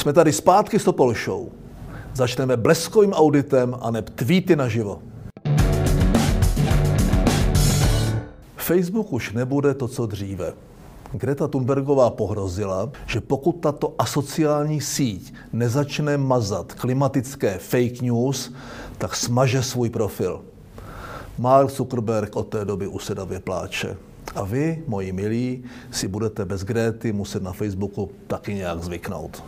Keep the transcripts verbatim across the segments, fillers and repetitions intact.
Jsme tady zpátky s Topol Show. Začneme bleskovým auditem a neb tweety naživo. Facebook už nebude to, co dříve. Greta Thunbergová pohrozila, že pokud tato asociální síť nezačne mazat klimatické fake news, tak smaže svůj profil. Mark Zuckerberg od té doby usedavě pláče. A vy, moji milí, si budete bez Grety muset na Facebooku taky nějak zvyknout.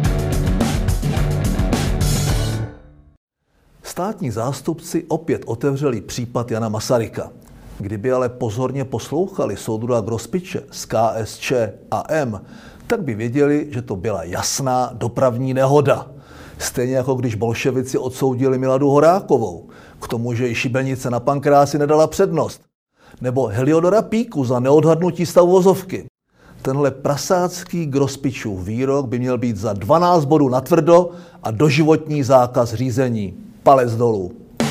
Státní zástupci opět otevřeli případ Jana Masaryka. Kdyby ale pozorně poslouchali soudruha Grospiče z K S Č a M, tak by věděli, že to byla jasná dopravní nehoda. Stejně jako když bolševici odsoudili Miladu Horákovou, k tomu, že i šibenice na Pankráci nedala přednost. Nebo Heliodora Píku za neodhadnutí stavu vozovky. Tenhle prasácký Grospičův výrok by měl být za dvanáct bodů natvrdo a doživotní zákaz řízení. Palec dolů.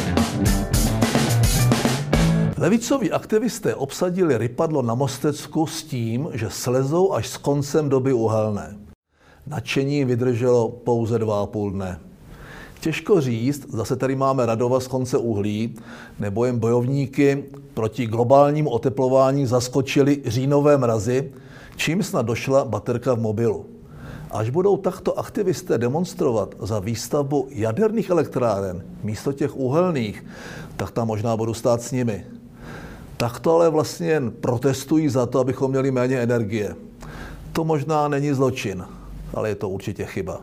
Levicoví aktivisté obsadili rypadlo na Mostecku s tím, že slezou až s koncem doby uhelné. Nadšení vydrželo pouze dva a půl dne. Těžko říct, zase tady máme Radova z konce uhlí, nebo jen bojovníky proti globálnímu oteplování zaskočili říjnové mrazy, čím snad došla baterka v mobilu. Až budou takto aktivisté demonstrovat za výstavbu jaderných elektráren místo těch uhelných, tak tam možná budu stát s nimi. Takto ale vlastně jen protestují za to, abychom měli méně energie. To možná není zločin, ale je to určitě chyba.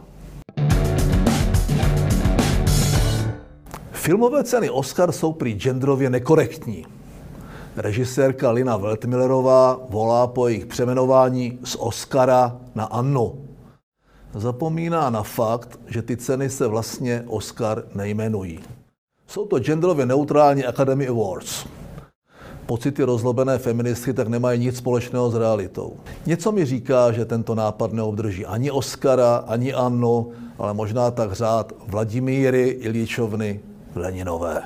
Filmové ceny Oscar jsou prý genderově nekorektní. Režisérka Lina Weltmillerová volá po jejich přeměnování z Oscara na Annu. Zapomíná na fakt, že ty ceny se vlastně Oscar nejmenují. Jsou to genderově neutrální Academy Awards. Pocity rozlobené feministky tak nemají nic společného s realitou. Něco mi říká, že tento nápad neobdrží ani Oscara, ani Annu, ale možná tak řád Vladimíry Iljičovny Leninové.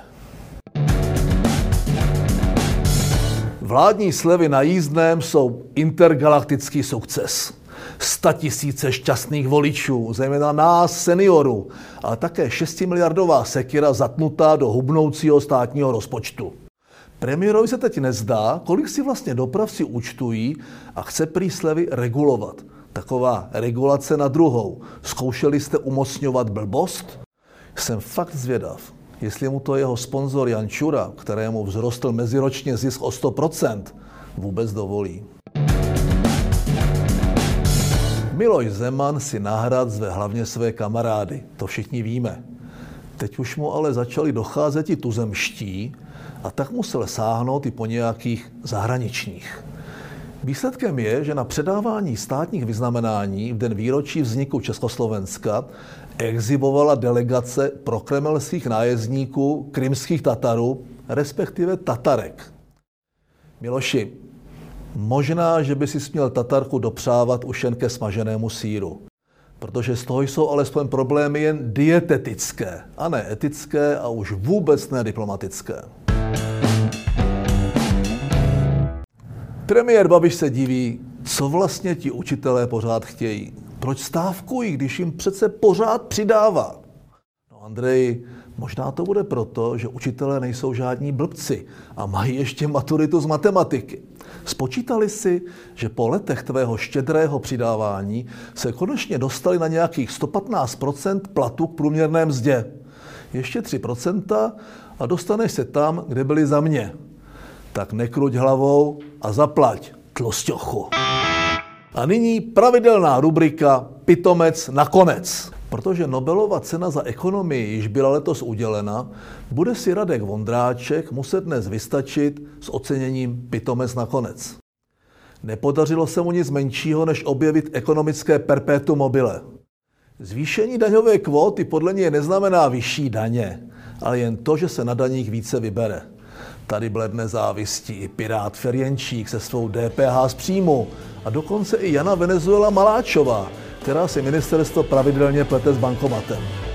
Vládní slevy na jízdném jsou intergalaktický sukces. Statisíce šťastných voličů, zejména nás, seniorů, ale také šestimiliardová sekira zatnutá do hubnoucího státního rozpočtu. Premiérovi se teď nezdá, kolik si vlastně dopravci účtují a chce prý slevy regulovat. Taková regulace na druhou. Zkoušeli jste umocňovat blbost? Jsem fakt zvědav, jestli mu to jeho sponzor Jan Čura, kterému vzrostl meziročně zisk o sto procent, vůbec dovolí. Miloš Zeman si na hrad zve hlavně své kamarády, to všichni víme. Teď už mu ale začali docházet i tuzemští a tak musel sáhnout i po nějakých zahraničních. Výsledkem je, že na předávání státních vyznamenání v den výročí vzniku Československa exhibovala delegace prokremelských nájezdníků krymských Tatarů, respektive Tatarek. Miloši, možná, že by si směl Tatarku dopřávat už jen ke smaženému sýru. Protože z toho jsou alespoň problémy jen dietetické, a ne etické a už vůbec ne diplomatické. Premiér Babiš se diví, co vlastně ti učitelé pořád chtějí. Proč stávkují, když jim přece pořád přidává? No Andrej, možná to bude proto, že učitelé nejsou žádní blbci a mají ještě maturitu z matematiky. Spočítali si, že po letech tvého štědrého přidávání se konečně dostali na nějakých sto patnáct procent platu k průměrné mzdě. Ještě tři procenta a dostaneš se tam, kde byli za mě. Tak nekruť hlavou a zaplať, tlosťochu. A nyní pravidelná rubrika Pitomec nakonec. Protože Nobelova cena za ekonomii již byla letos udělena, bude si Radek Vondráček muset dnes vystačit s oceněním Pitomec nakonec. Nepodařilo se mu nic menšího, než objevit ekonomické perpetuum mobile. Zvýšení daňové kvóty podle něj neznamená vyšší daně, ale jen to, že se na daních více vybere. Tady bledne závistí i pirát Ferjenčík se svou D P H z příjmu a dokonce i Jana Venezuela Maláčová, která si ministerstvo pravidelně plete s bankomatem.